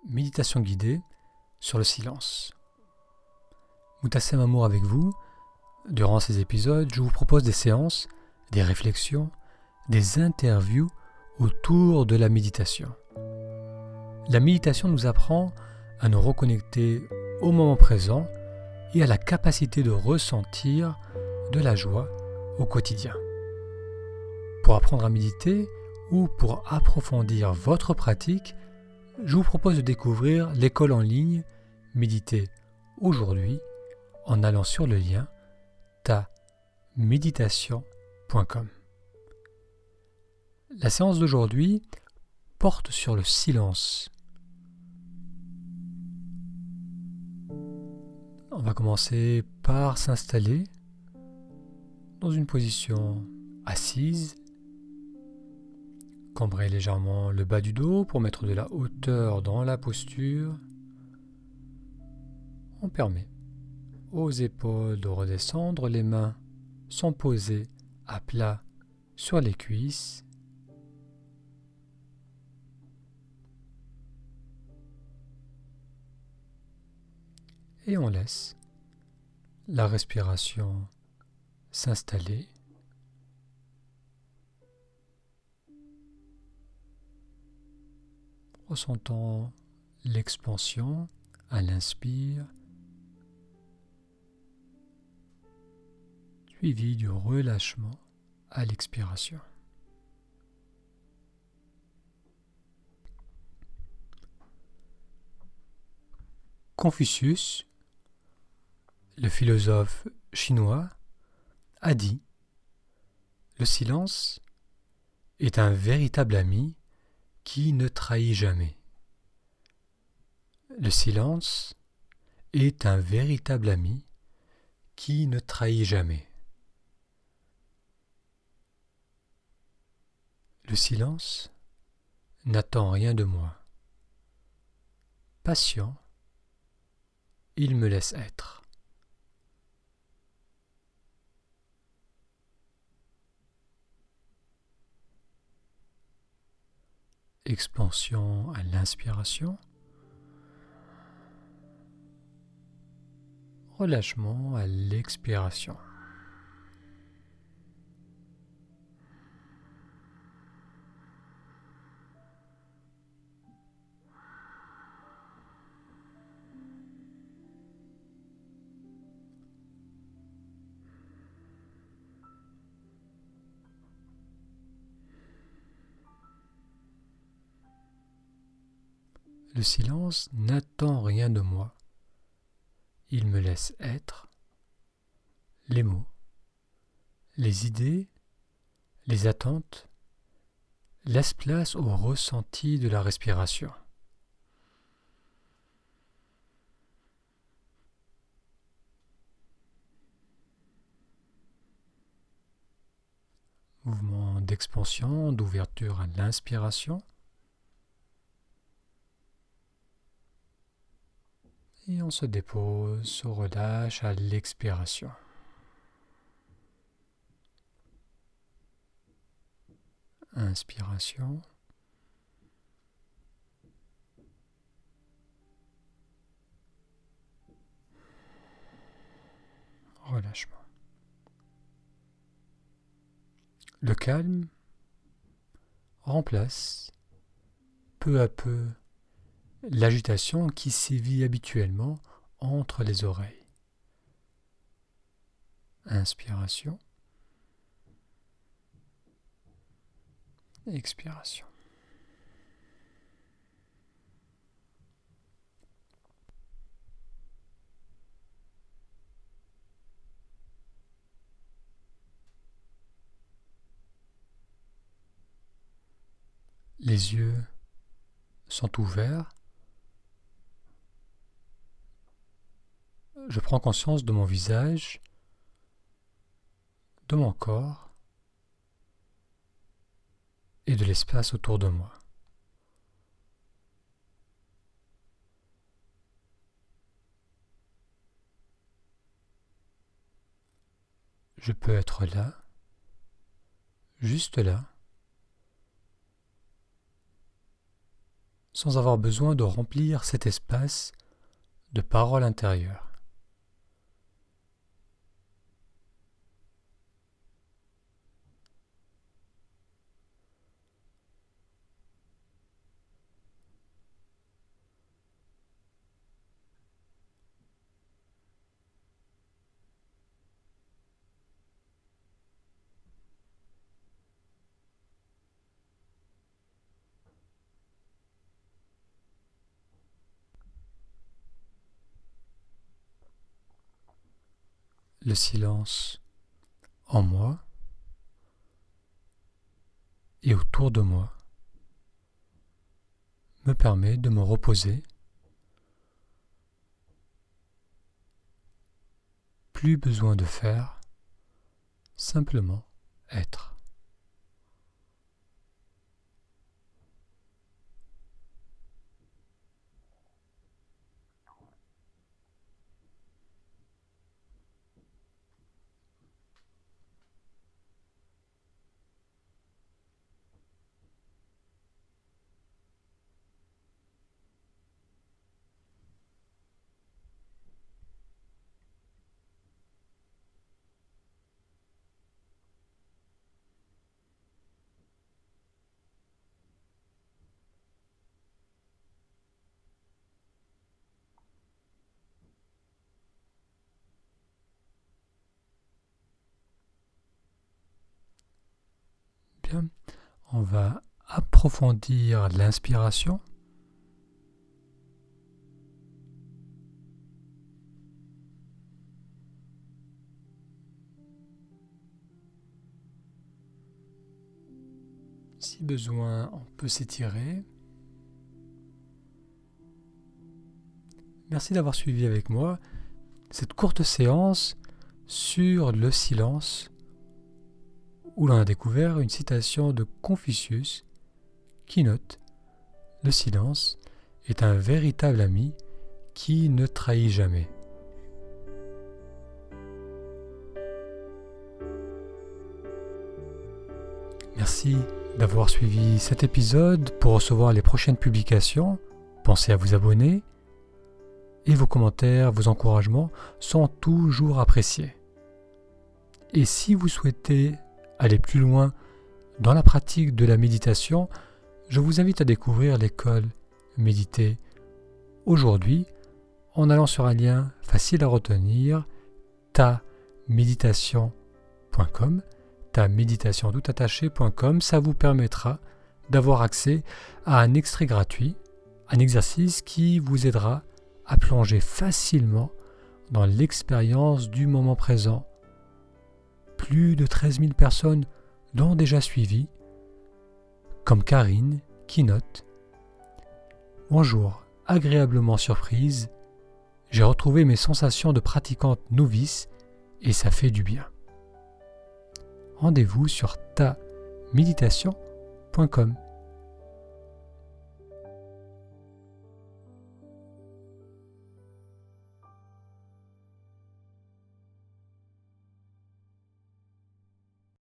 Méditation guidée sur le silence. Moutassem Amour avec vous. Durant ces épisodes, je vous propose des séances, des réflexions, des interviews autour de la méditation. La méditation nous apprend à nous reconnecter au moment présent et à la capacité de ressentir de la joie au quotidien. Pour apprendre à méditer ou pour approfondir votre pratique, je vous propose de découvrir l'école en ligne Méditer aujourd'hui en allant sur le lien taméditation.com. La séance d'aujourd'hui porte sur le silence. On va commencer par s'installer dans une position assise. Cambrez légèrement le bas du dos pour mettre de la hauteur dans la posture. On permet aux épaules de redescendre, les mains sont posées à plat sur les cuisses. Et on laisse la respiration s'installer. Ressentons l'expansion à l'inspire, suivi du relâchement à l'expiration. Confucius, le philosophe chinois, a dit « Le silence est un véritable ami qui ne trahit jamais. Le silence est un véritable ami qui ne trahit jamais. Le silence n'attend rien de moi. Patient, il me laisse être. » Expansion à l'inspiration, relâchement à l'expiration. Le silence n'attend rien de moi. Il me laisse être. Les mots, les idées, les attentes laissent place au ressenti de la respiration. Mouvement d'expansion, d'ouverture à l'inspiration. Et on se dépose, se relâche à l'expiration. Inspiration. Relâchement. Le calme remplace peu à peu l'agitation qui sévit habituellement entre les oreilles. Inspiration. Expiration. Les yeux sont ouverts. Je prends conscience de mon visage, de mon corps et de l'espace autour de moi. Je peux être là, juste là, sans avoir besoin de remplir cet espace de paroles intérieures. Le silence en moi et autour de moi me permet de me reposer. Plus besoin de faire, simplement être. Bien, on va approfondir l'inspiration. Si besoin, on peut s'étirer. Merci d'avoir suivi avec moi cette courte séance sur le silence où l'on a découvert une citation de Confucius qui note « Le silence est un véritable ami qui ne trahit jamais ». Merci d'avoir suivi cet épisode. Pour recevoir les prochaines publications, pensez à vous abonner et vos commentaires, vos encouragements sont toujours appréciés. Et si vous souhaitez aller plus loin dans la pratique de la méditation, je vous invite à découvrir l'école Méditer aujourd'hui en allant sur un lien facile à retenir, taméditation.com, taméditation.com. Ça vous permettra d'avoir accès à un extrait gratuit, un exercice qui vous aidera à plonger facilement dans l'expérience du moment présent. Plus de 13 000 personnes l'ont déjà suivi, comme Karine qui note « Bonjour, agréablement surprise, j'ai retrouvé mes sensations de pratiquante novice et ça fait du bien. » Rendez-vous sur taméditation.com.